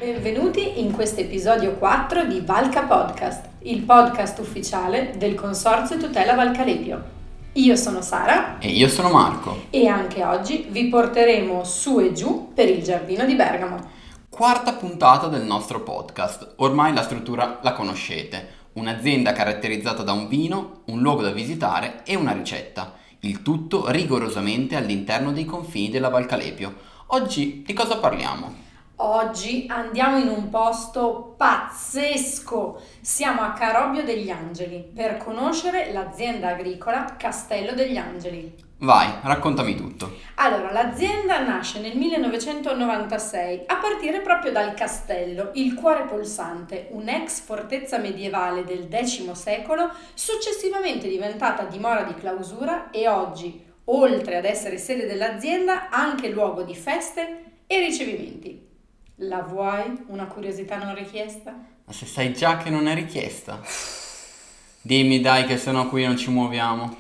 Benvenuti in questo episodio 4 di Valca Podcast, il podcast ufficiale del Consorzio Tutela Valcalepio. Io sono Sara. E io sono Marco. E anche oggi vi porteremo su e giù per il giardino di Bergamo. Quarta puntata del nostro podcast. Ormai la struttura la conoscete. Un'azienda caratterizzata da un vino, un luogo da visitare e una ricetta. Il tutto rigorosamente all'interno dei confini della Valcalepio. Oggi di cosa parliamo? Oggi andiamo in un posto pazzesco. Siamo a Carobbio degli Angeli per conoscere l'azienda agricola Castello degli Angeli. Vai, raccontami tutto. Allora, l'azienda nasce nel 1996 a partire proprio dal castello, il cuore pulsante, un'ex fortezza medievale del X secolo, successivamente diventata dimora di clausura e oggi, oltre ad essere sede dell'azienda, anche luogo di feste e ricevimenti. La vuoi? Una curiosità non richiesta? Ma se sai già che non è richiesta. Dimmi dai che sennò qui non ci muoviamo.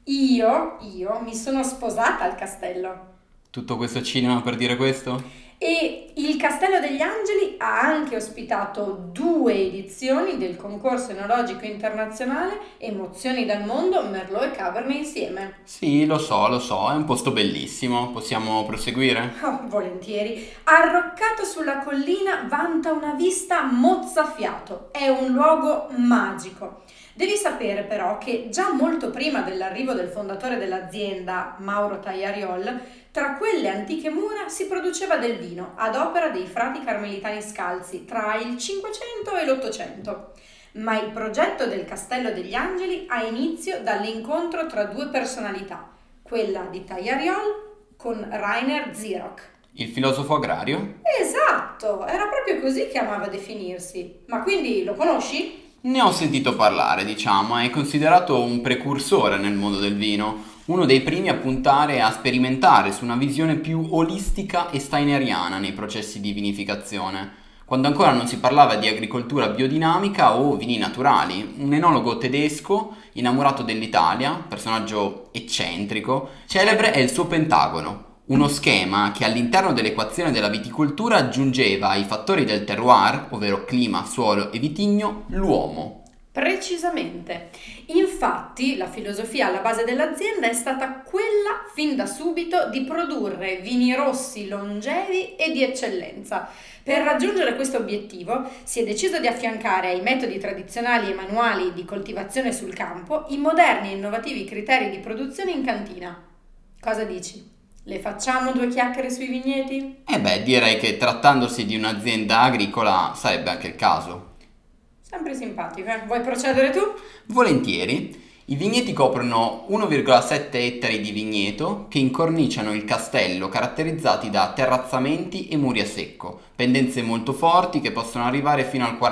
Io mi sono sposata al castello. Tutto questo cinema per dire questo? E il Castello degli Angeli ha anche ospitato 2 edizioni del concorso enologico internazionale Emozioni dal mondo, Merlot e Cabernet insieme. Sì, lo so, è un posto bellissimo. Possiamo proseguire? Oh, volentieri. Arroccato sulla collina vanta una vista mozzafiato. È un luogo magico. Devi sapere però che già molto prima dell'arrivo del fondatore dell'azienda, Mauro Tagliariol, tra quelle antiche mura si produceva del vino ad opera dei frati carmelitani scalzi tra il 500 e l'800. Ma il progetto del Castello degli Angeli ha inizio dall'incontro tra 2 personalità, quella di Tagliariol con Rainer Zirock. Il filosofo agrario? Esatto, era proprio così che amava definirsi. Ma quindi lo conosci? Ne ho sentito parlare, diciamo, è considerato un precursore nel mondo del vino, uno dei primi a puntare a sperimentare su una visione più olistica e steineriana nei processi di vinificazione, quando ancora non si parlava di agricoltura biodinamica o vini naturali. Un enologo tedesco, innamorato dell'Italia, personaggio eccentrico, celebre è il suo pentagono. Uno schema che all'interno dell'equazione della viticoltura aggiungeva ai fattori del terroir, ovvero clima, suolo e vitigno, l'uomo. Precisamente. Infatti, la filosofia alla base dell'azienda è stata quella fin da subito di produrre vini rossi longevi e di eccellenza. Per raggiungere questo obiettivo si è deciso di affiancare ai metodi tradizionali e manuali di coltivazione sul campo i moderni e innovativi criteri di produzione in cantina. Cosa dici? Le facciamo 2 chiacchiere sui vigneti? Direi che trattandosi di un'azienda agricola sarebbe anche il caso. Sempre simpatico, eh? Vuoi procedere tu? Volentieri. I vigneti coprono 1,7 ettari di vigneto che incorniciano il castello, caratterizzati da terrazzamenti e muri a secco, pendenze molto forti che possono arrivare fino al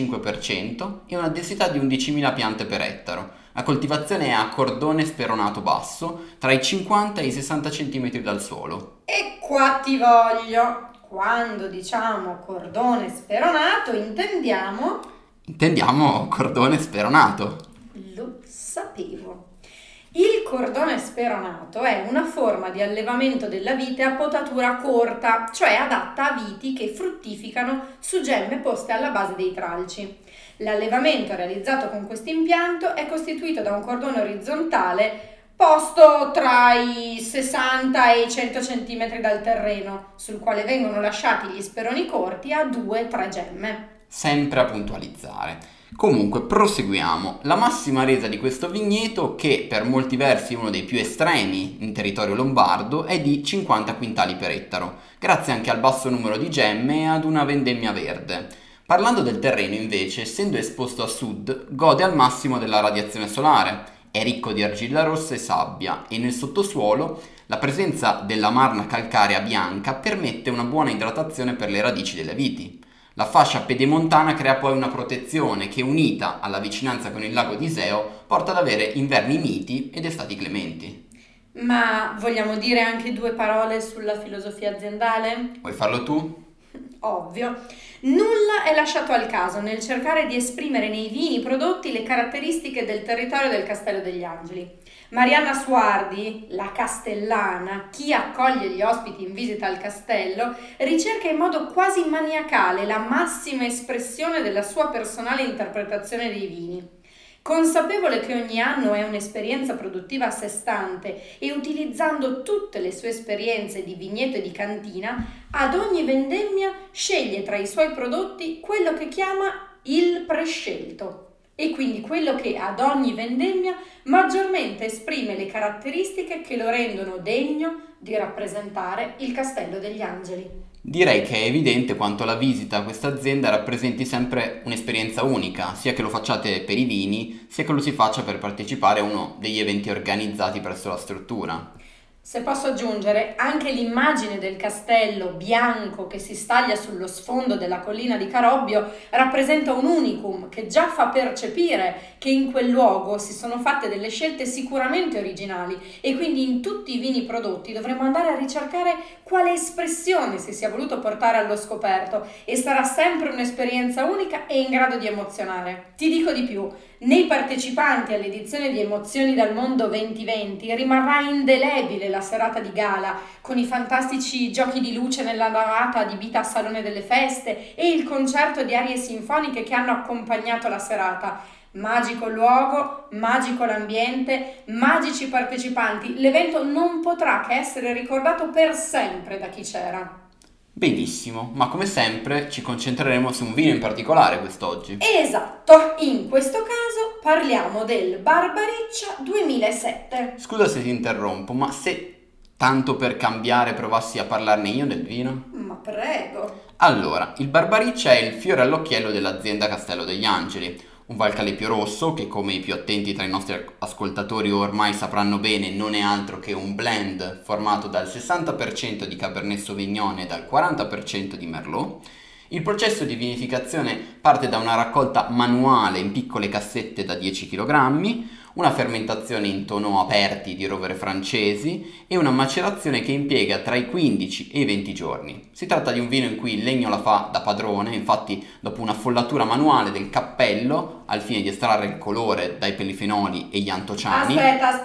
45% e una densità di 11.000 piante per ettaro. La coltivazione è a cordone speronato basso, tra i 50 e i 60 cm dal suolo. E qua ti voglio! Quando diciamo cordone speronato Intendiamo cordone speronato. Lo sapevo. Il cordone speronato è una forma di allevamento della vite a potatura corta, cioè adatta a viti che fruttificano su gemme poste alla base dei tralci. L'allevamento realizzato con questo impianto è costituito da un cordone orizzontale posto tra i 60 e i 100 cm dal terreno, sul quale vengono lasciati gli speroni corti a 2-3 gemme. Sempre a puntualizzare. Comunque, proseguiamo. La massima resa di questo vigneto, che per molti versi è uno dei più estremi in territorio lombardo, è di 50 quintali per ettaro, grazie anche al basso numero di gemme e ad una vendemmia verde. Parlando del terreno, invece, essendo esposto a sud, gode al massimo della radiazione solare, è ricco di argilla rossa e sabbia e nel sottosuolo la presenza della marna calcarea bianca permette una buona idratazione per le radici delle viti. La fascia pedemontana crea poi una protezione che, unita alla vicinanza con il lago di Iseo, porta ad avere inverni miti ed estati clementi. Ma vogliamo dire anche 2 parole sulla filosofia aziendale? Vuoi farlo tu? Ovvio. Nulla è lasciato al caso nel cercare di esprimere nei vini prodotti le caratteristiche del territorio del Castello degli Angeli. Marianna Suardi, la castellana, chi accoglie gli ospiti in visita al castello, ricerca in modo quasi maniacale la massima espressione della sua personale interpretazione dei vini. Consapevole che ogni anno è un'esperienza produttiva a sé stante e utilizzando tutte le sue esperienze di vigneto e di cantina, ad ogni vendemmia sceglie tra i suoi prodotti quello che chiama il prescelto e quindi quello che ad ogni vendemmia maggiormente esprime le caratteristiche che lo rendono degno di rappresentare il Castello degli Angeli. Direi che è evidente quanto la visita a questa azienda rappresenti sempre un'esperienza unica, sia che lo facciate per i vini, sia che lo si faccia per partecipare a uno degli eventi organizzati presso la struttura. Se posso aggiungere, anche l'immagine del castello bianco che si staglia sullo sfondo della collina di Carobbio rappresenta un unicum che già fa percepire che in quel luogo si sono fatte delle scelte sicuramente originali e quindi in tutti i vini prodotti dovremo andare a ricercare quale espressione si sia voluto portare allo scoperto e sarà sempre un'esperienza unica e in grado di emozionare. Ti dico di più. Nei partecipanti all'edizione di Emozioni dal Mondo 2020 rimarrà indelebile la serata di gala con i fantastici giochi di luce nella navata adibita a Salone delle Feste e il concerto di arie sinfoniche che hanno accompagnato la serata. Magico il luogo, magico l'ambiente, magici i partecipanti. L'evento non potrà che essere ricordato per sempre da chi c'era. Benissimo, ma come sempre ci concentreremo su un vino in particolare quest'oggi. Esatto, in questo caso parliamo del Barbariccia 2007. Scusa se ti interrompo, ma se tanto per cambiare provassi a parlarne io del vino? Ma prego. Allora, il Barbariccia è il fiore all'occhiello dell'azienda Castello degli Angeli, un Valcalepio rosso che, come i più attenti tra i nostri ascoltatori ormai sapranno bene, non è altro che un blend formato dal 60% di Cabernet Sauvignon e dal 40% di Merlot. Il processo di vinificazione parte da una raccolta manuale in piccole cassette da 10 kg, una fermentazione in tonneau aperti di rovere francesi e una macerazione che impiega tra i 15 e i 20 giorni. Si tratta di un vino in cui il legno la fa da padrone, infatti dopo una follatura manuale del cappello, al fine di estrarre il colore dai polifenoli e gli antociani...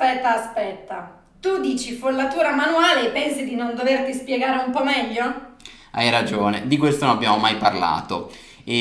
Aspetta. Tu dici follatura manuale e pensi di non doverti spiegare un po' meglio? Hai ragione, di questo non abbiamo mai parlato.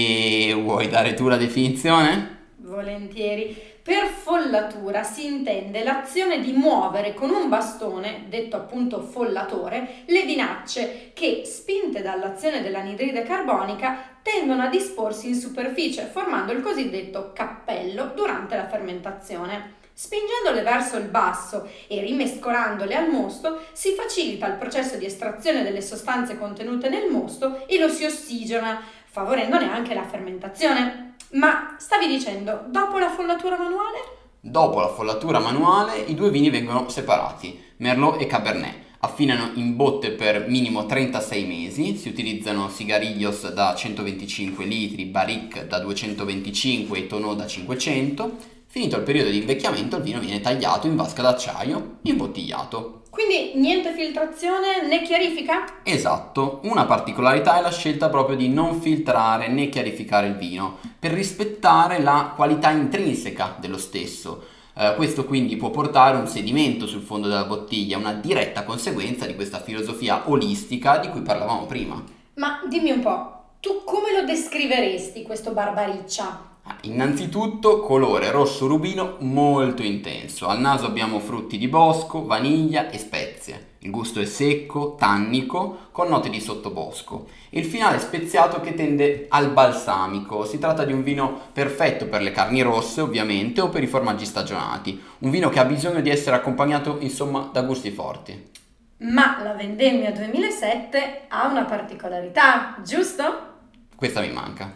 E vuoi dare tu la definizione? Volentieri. Per follatura si intende l'azione di muovere con un bastone, detto appunto follatore, le vinacce che, spinte dall'azione dell'anidride carbonica, tendono a disporsi in superficie, formando il cosiddetto cappello durante la fermentazione. Spingendole verso il basso e rimescolandole al mosto si facilita il processo di estrazione delle sostanze contenute nel mosto e lo si ossigena, favorendone anche la fermentazione. Ma stavi dicendo, dopo la follatura manuale? Dopo la follatura manuale i due vini vengono separati, Merlot e Cabernet. Affinano in botte per minimo 36 mesi, si utilizzano Sigariglios da 125 litri, Barrique da 225 e Tonneau da 500. Finito il periodo di invecchiamento il vino viene tagliato in vasca d'acciaio, imbottigliato. Quindi niente filtrazione né chiarifica? Esatto, una particolarità è la scelta proprio di non filtrare né chiarificare il vino, per rispettare la qualità intrinseca dello stesso. Questo quindi può portare un sedimento sul fondo della bottiglia, una diretta conseguenza di questa filosofia olistica di cui parlavamo prima. Ma dimmi un po', tu come lo descriveresti questo Barbariccia? Innanzitutto colore rosso rubino molto intenso, al naso abbiamo frutti di bosco, vaniglia e spezie, il gusto è secco, tannico, con note di sottobosco e il finale speziato che tende al balsamico. Si tratta di un vino perfetto per le carni rosse ovviamente o per i formaggi stagionati, un vino che ha bisogno di essere accompagnato insomma da gusti forti. Ma la vendemmia 2007 ha una particolarità, giusto? Questa mi manca.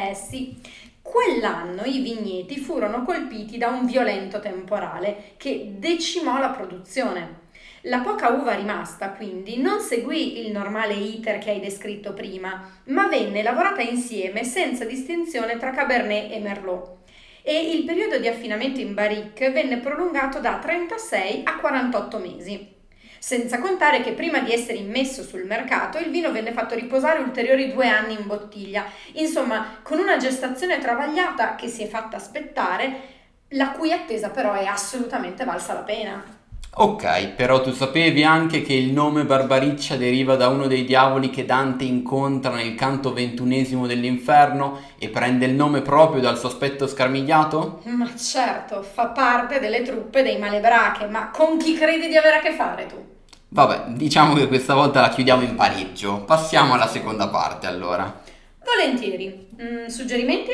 Sì. Quell'anno i vigneti furono colpiti da un violento temporale che decimò la produzione. La poca uva rimasta, quindi, non seguì il normale iter che hai descritto prima, ma venne lavorata insieme senza distinzione tra Cabernet e Merlot. E il periodo di affinamento in barrique venne prolungato da 36 a 48 mesi. Senza contare che prima di essere immesso sul mercato il vino venne fatto riposare ulteriori 2 anni in bottiglia. Insomma, con una gestazione travagliata che si è fatta aspettare, la cui attesa però è assolutamente valsa la pena. Ok, però tu sapevi anche che il nome Barbariccia deriva da uno dei diavoli che Dante incontra nel canto 21 dell'Inferno e prende il nome proprio dal suo aspetto scarmigliato? Ma certo, fa parte delle truppe dei Malebrache, ma con chi credi di avere a che fare tu? Vabbè, diciamo che questa volta la chiudiamo in pareggio. Passiamo alla seconda parte allora. Volentieri. Suggerimenti?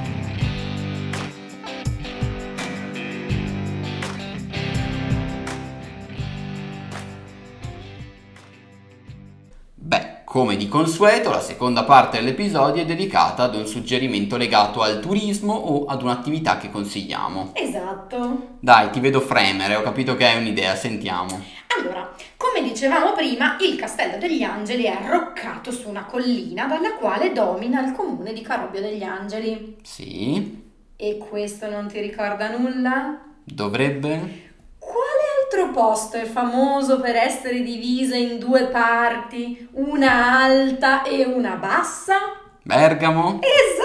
Beh, come di consueto, la seconda parte dell'episodio è dedicata ad un suggerimento legato al turismo o ad un'attività che consigliamo. Esatto. Dai, ti vedo fremere, ho capito che hai un'idea, sentiamo. Allora, come dicevamo prima, il Castello degli Angeli è arroccato su una collina dalla quale domina il comune di Carobbio degli Angeli. Sì? E questo non ti ricorda nulla? Dovrebbe? Quale altro posto è famoso per essere diviso in 2 parti, una alta e una bassa? Bergamo?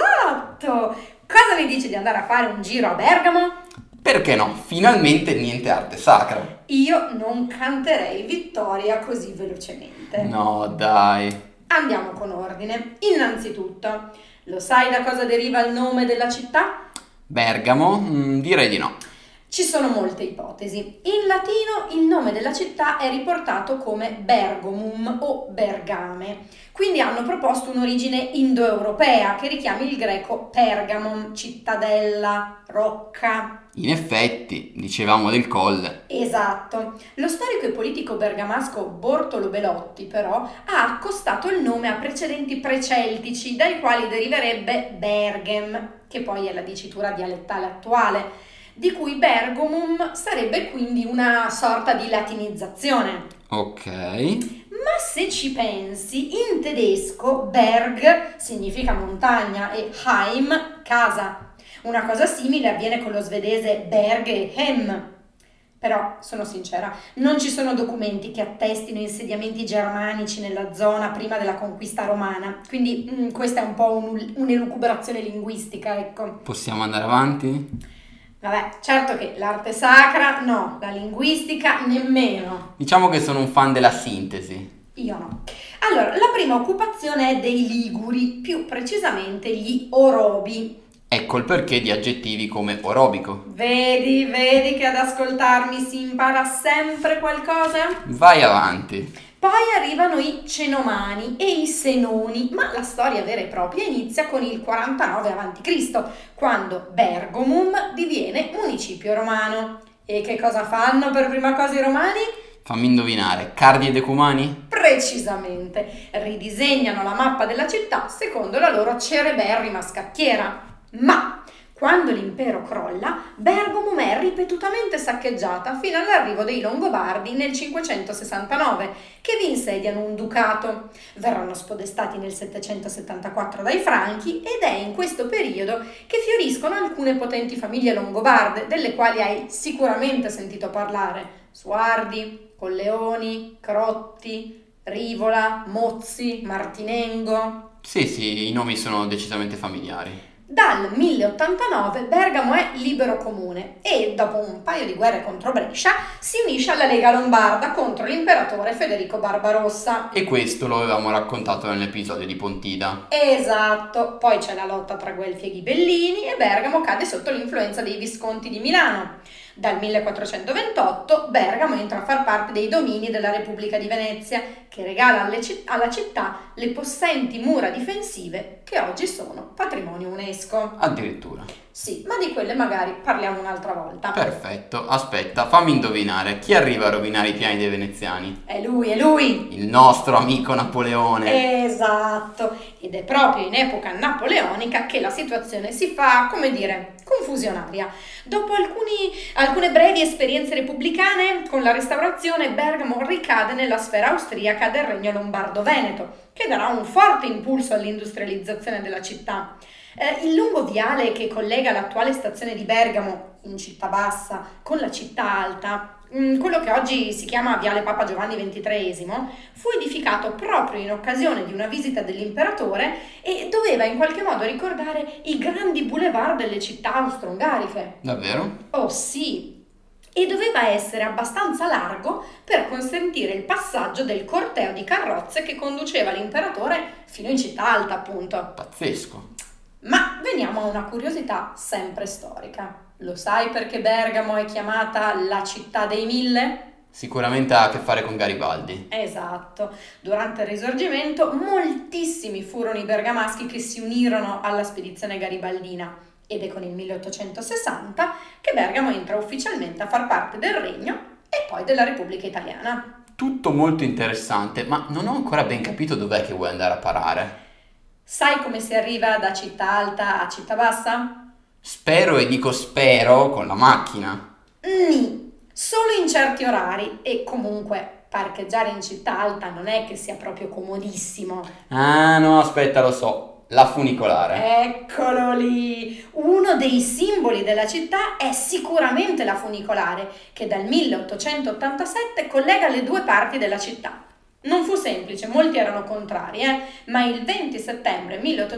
Esatto! Cosa ne dici di andare a fare un giro a Bergamo? Perché no? Finalmente niente arte sacra. Io non canterei vittoria così velocemente. No, dai. Andiamo con ordine. Innanzitutto, lo sai da cosa deriva il nome della città? Bergamo? Direi di no. Ci sono molte ipotesi. In latino il nome della città è riportato come Bergomum o Bergame, quindi hanno proposto un'origine indoeuropea che richiami il greco Pergamon, cittadella, rocca. In effetti, dicevamo del colle. Esatto. Lo storico e politico bergamasco Bortolo Belotti, però, ha accostato il nome a precedenti preceltici, dai quali deriverebbe Bergem, che poi è la dicitura dialettale attuale, di cui Bergomum sarebbe quindi una sorta di latinizzazione. Ok. Ma se ci pensi, in tedesco Berg significa montagna e Heim casa. Una cosa simile avviene con lo svedese Berg e Hem. Però, sono sincera, non ci sono documenti che attestino insediamenti germanici nella zona prima della conquista romana, quindi questa è un po' un'elucubrazione linguistica, ecco. Possiamo andare avanti? Vabbè, certo che l'arte sacra no, la linguistica nemmeno. Diciamo che sono un fan della sintesi. Io no. Allora, la prima occupazione è dei Liguri, più precisamente gli Orobi. Ecco il perché di aggettivi come orobico. Vedi che ad ascoltarmi si impara sempre qualcosa? Vai avanti. Poi arrivano i Cenomani e i Senoni, ma la storia vera e propria inizia con il 49 a.C., quando Bergomum diviene municipio romano. E che cosa fanno per prima cosa i romani? Fammi indovinare, Cardi e Decumani? Precisamente, ridisegnano la mappa della città secondo la loro cereberrima scacchiera. Ma quando l'impero crolla, Bergamo è ripetutamente saccheggiata fino all'arrivo dei Longobardi nel 569, che vi insediano un ducato. Verranno spodestati nel 774 dai Franchi ed è in questo periodo che fioriscono alcune potenti famiglie longobarde, delle quali hai sicuramente sentito parlare: Suardi, Colleoni, Crotti, Rivola, Mozzi, Martinengo. Sì, i nomi sono decisamente familiari. Dal 1089 Bergamo è libero comune e, dopo un paio di guerre contro Brescia, si unisce alla Lega Lombarda contro l'imperatore Federico Barbarossa. E questo lo avevamo raccontato nell'episodio di Pontida. Esatto, poi c'è la lotta tra Guelfi e Ghibellini e Bergamo cade sotto l'influenza dei Visconti di Milano. Dal 1428 Bergamo entra a far parte dei domini della Repubblica di Venezia, che regala alla città le possenti mura difensive che oggi sono patrimonio UNESCO. Addirittura. Sì, ma di quelle magari parliamo un'altra volta. Perfetto, aspetta, fammi indovinare, chi arriva a rovinare i piani dei veneziani? È lui! Il nostro amico Napoleone. Esatto, ed è proprio in epoca napoleonica che la situazione si fa, come dire, confusionaria. Dopo alcune brevi esperienze repubblicane, con la restaurazione Bergamo ricade nella sfera austriaca del Regno Lombardo-Veneto, che darà un forte impulso all'industrializzazione della città. Il lungo viale che collega l'attuale stazione di Bergamo, in città bassa, con la città alta, quello che oggi si chiama Viale Papa Giovanni XXIII, fu edificato proprio in occasione di una visita dell'imperatore e doveva in qualche modo ricordare i grandi boulevard delle città austro-ungariche. Davvero? Oh sì! E doveva essere abbastanza largo per consentire il passaggio del corteo di carrozze che conduceva l'imperatore fino in città alta, appunto. Pazzesco. Ma veniamo a una curiosità sempre storica. Lo sai perché Bergamo è chiamata la città dei mille? Sicuramente ha a che fare con Garibaldi. Esatto. Durante il Risorgimento moltissimi furono i bergamaschi che si unirono alla spedizione garibaldina ed è con il 1860 che Bergamo entra ufficialmente a far parte del Regno e poi della Repubblica Italiana. Tutto molto interessante, ma non ho ancora ben capito dov'è che vuoi andare a parare. Sai come si arriva da Città Alta a Città Bassa? Spero, e dico spero, con la macchina. Solo in certi orari e comunque parcheggiare in Città Alta non è che sia proprio comodissimo. Ah no, aspetta, lo so, la funicolare. Eccolo lì! Uno dei simboli della città è sicuramente la funicolare, che dal 1887 collega le due parti della città. Non fu semplice, molti erano contrari, ma il 20 settembre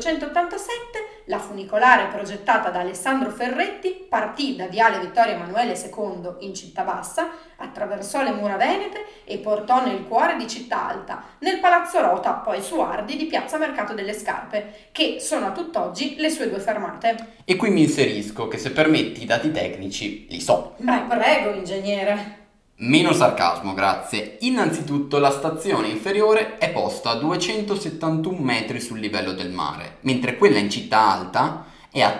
1887 la funicolare progettata da Alessandro Ferretti partì da Viale Vittorio Emanuele II in Città Bassa, attraversò le mura venete e portò nel cuore di Città Alta, nel Palazzo Rota, poi su Ardi di Piazza Mercato delle Scarpe, che sono a tutt'oggi le sue due fermate. E qui mi inserisco che, se permetti, i dati tecnici li so. Beh, prego, ingegnere. Meno sarcasmo, grazie. Innanzitutto la stazione inferiore è posta a 271 metri sul livello del mare, mentre quella in Città Alta è a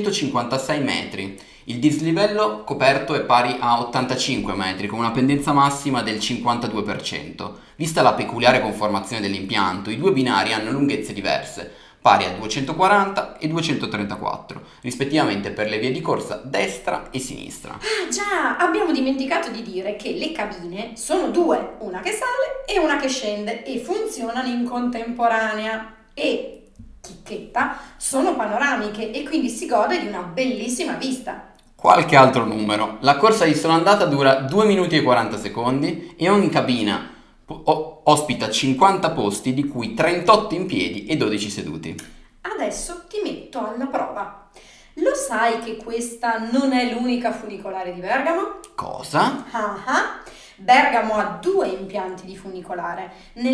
356 metri. Il dislivello coperto è pari a 85 metri, con una pendenza massima del 52%. Vista la peculiare conformazione dell'impianto, i due binari hanno lunghezze diverse, pari a 240 e 234, rispettivamente per le vie di corsa destra e sinistra. Ah già, abbiamo dimenticato di dire che le cabine sono due, una che sale e una che scende e funzionano in contemporanea e, chicchetta, sono panoramiche e quindi si gode di una bellissima vista. Qualche altro numero. La corsa di sola andata dura 2 minuti e 40 secondi e ogni cabina ospita 50 posti, di cui 38 in piedi e 12 seduti. Adesso ti metto alla prova. Lo sai che questa non è l'unica funicolare di Bergamo? Cosa? Bergamo ha 2 impianti di funicolare. Nel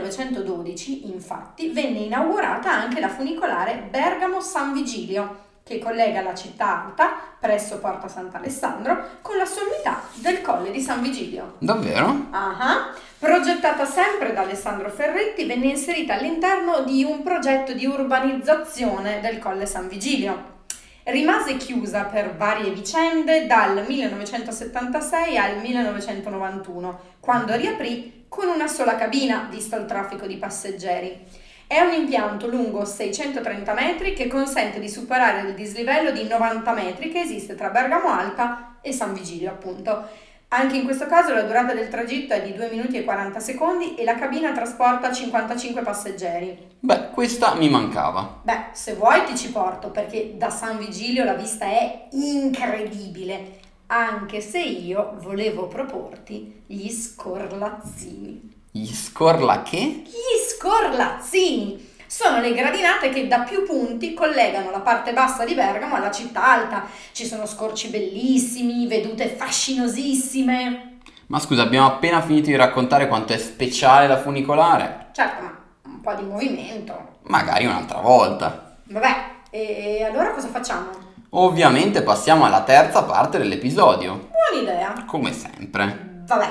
1912, infatti, venne inaugurata anche la funicolare Bergamo-San Vigilio, che collega la Città Alta, presso Porta Sant'Alessandro, con la sommità del Colle di San Vigilio. Davvero? Progettata sempre da Alessandro Ferretti, venne inserita all'interno di un progetto di urbanizzazione del Colle San Vigilio. Rimase chiusa per varie vicende dal 1976 al 1991, quando riaprì con una sola cabina, visto il traffico di passeggeri. È un impianto lungo 630 metri che consente di superare il dislivello di 90 metri che esiste tra Bergamo Alta e San Vigilio, appunto. Anche in questo caso la durata del tragitto è di 2 minuti e 40 secondi e la cabina trasporta 55 passeggeri. Beh, questa mi mancava. Beh, se vuoi ti ci porto, perché da San Vigilio la vista è incredibile, anche se io volevo proporti gli scorlazzini. Gli scorla che? Gli scorlazzini! Sono le gradinate che da più punti collegano la parte bassa di Bergamo alla Città Alta. Ci sono scorci bellissimi, vedute fascinosissime. Ma scusa, abbiamo appena finito di raccontare quanto è speciale la funicolare. Certo, ma un po' di movimento. Magari un'altra volta. Vabbè, e allora cosa facciamo? Ovviamente passiamo alla terza parte dell'episodio. Buona idea. Come sempre. Vabbè.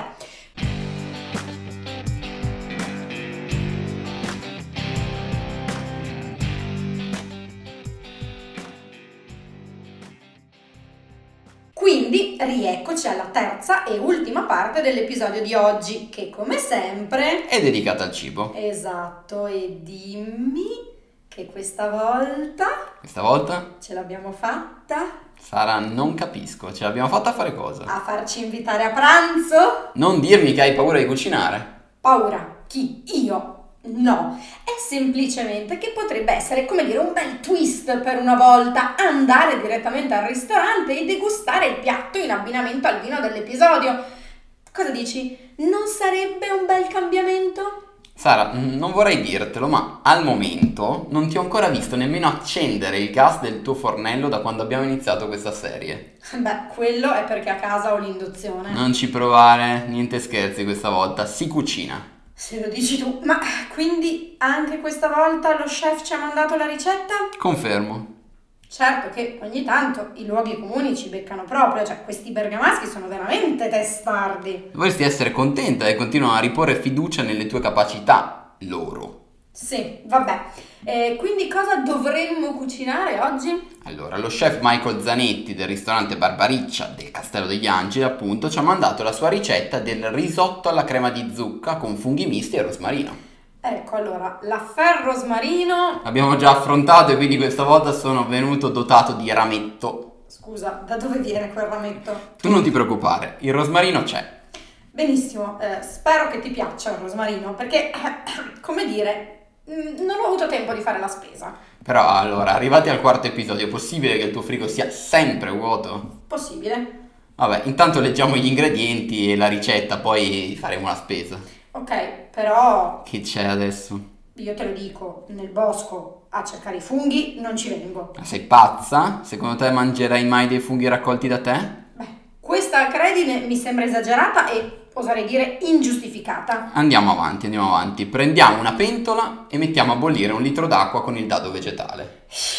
Quindi rieccoci alla terza e ultima parte dell'episodio di oggi, che come sempre è dedicata al cibo. Esatto, e dimmi che questa volta ce l'abbiamo fatta? Sara, non capisco, ce l'abbiamo fatta a fare cosa? A farci invitare a pranzo? Non dirmi che hai paura di cucinare. Paura? Chi? Io? No, è semplicemente che potrebbe essere, come dire, un bel twist per una volta, andare direttamente al ristorante e degustare il piatto in abbinamento al vino dell'episodio. Cosa dici? Non sarebbe un bel cambiamento? Sara, non vorrei dirtelo, ma al momento non ti ho ancora visto nemmeno accendere il gas del tuo fornello da quando abbiamo iniziato questa serie. Beh, quello è perché a casa ho l'induzione. Non ci provare, niente scherzi questa volta, si cucina. Se lo dici tu, ma quindi anche questa volta lo chef ci ha mandato la ricetta? Confermo. Certo che ogni tanto i luoghi comuni ci beccano proprio, cioè questi bergamaschi sono veramente testardi. Dovresti essere contenta e continuano a riporre fiducia nelle tue capacità, loro. Sì, vabbè. Quindi cosa dovremmo cucinare oggi? Allora, lo chef Michael Zanetti del ristorante Barbariccia del Castello degli Angeli, appunto, ci ha mandato la sua ricetta del risotto alla crema di zucca con funghi misti e rosmarino. Ecco, allora, l'affare rosmarino... Abbiamo già affrontato e quindi questa volta sono venuto dotato di rametto. Scusa, da dove viene quel rametto? Tu non ti preoccupare, il rosmarino c'è. Benissimo, spero che ti piaccia il rosmarino, perché, come dire, non ho avuto tempo di fare la spesa. Però allora, arrivati al quarto episodio, è possibile che il tuo frigo sia sempre vuoto? Possibile? Vabbè, intanto leggiamo gli ingredienti e la ricetta, poi faremo la spesa. Ok, però Che c'è adesso? io te lo dico, nel bosco a cercare i funghi non ci vengo. Ma sei pazza? Secondo te mangerai mai dei funghi raccolti da te? Beh, questa credine mi sembra esagerata e oserei dire ingiustificata. Andiamo avanti. Prendiamo una pentola e mettiamo a bollire 1 litro d'acqua con il dado vegetale.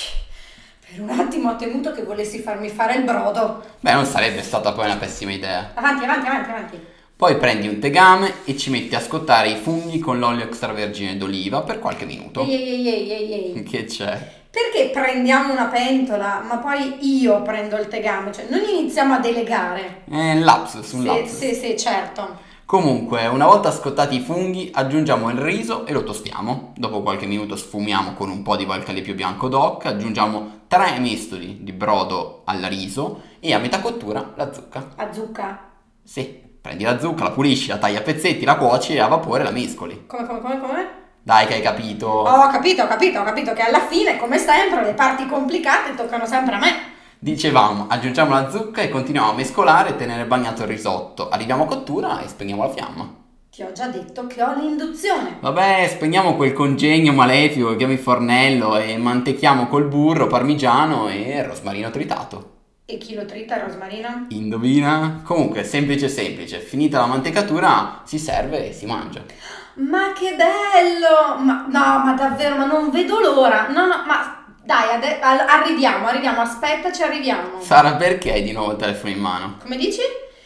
Per un attimo ho temuto che volessi farmi fare il brodo. Beh, non sarebbe stata poi una pessima idea. Avanti. Poi prendi un tegame e ci metti a scottare i funghi con l'olio extravergine d'oliva per qualche minuto. Ehi. Che c'è? Perché prendiamo una pentola, ma poi io prendo il tegame? Cioè, non iniziamo a delegare. Un lapsus. Sì, certo. Comunque, una volta scottati i funghi, aggiungiamo il riso e lo tostiamo. Dopo qualche minuto sfumiamo con un po' di valcalepio bianco d'oca, aggiungiamo 3 mestoli di brodo al riso e a metà cottura la zucca. A zucca? Sì, prendi la zucca, la pulisci, la tagli a pezzetti, la cuoci e a vapore la mescoli. Come? Dai che hai capito. Ho capito che alla fine, come sempre, le parti complicate toccano sempre a me. Dicevamo, aggiungiamo la zucca e continuiamo a mescolare e tenere bagnato il risotto. Arriviamo a cottura e spegniamo la fiamma. Ti ho già detto che ho l'induzione. Vabbè, spegniamo quel congegno malefico che chiami il fornello e mantechiamo col burro parmigiano e rosmarino tritato. E chi lo trita il rosmarino? Indovina? Comunque, semplice. Finita la mantecatura, si serve e si mangia. Ma che bello! Ma davvero, ma non vedo l'ora. No, ma dai, arriviamo, aspettaci, arriviamo. Sara, perché hai di nuovo il telefono in mano? Come dici?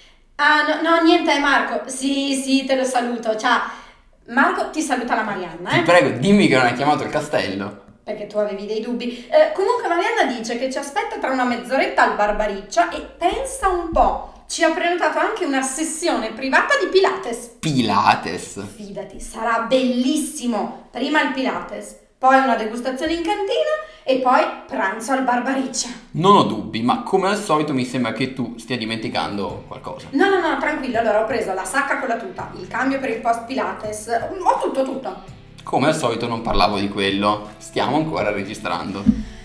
Ah, no, niente, Marco. Sì, te lo saluto. Ciao. Marco, ti saluta la Marianna, Ti prego, dimmi che non hai chiamato il castello. Perché tu avevi dei dubbi. Comunque Marianna dice che ci aspetta tra una mezz'oretta al Barbariccia e pensa un po', ci ha prenotato anche una sessione privata di Pilates. Pilates? Fidati, sarà bellissimo. Prima il Pilates, poi una degustazione in cantina e poi pranzo al Barbariccia. Non ho dubbi, ma come al solito mi sembra che tu stia dimenticando qualcosa. No, tranquillo, allora ho preso la sacca con la tuta, il cambio per il post Pilates, ho tutto. Come al solito non parlavo di quello, stiamo ancora registrando.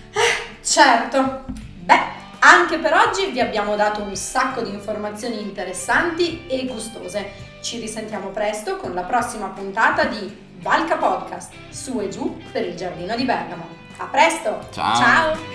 Certo. Beh, anche per oggi vi abbiamo dato un sacco di informazioni interessanti e gustose. Ci risentiamo presto con la prossima puntata di Valka Podcast, su e giù per il giardino di Bergamo. A presto! Ciao! Ciao.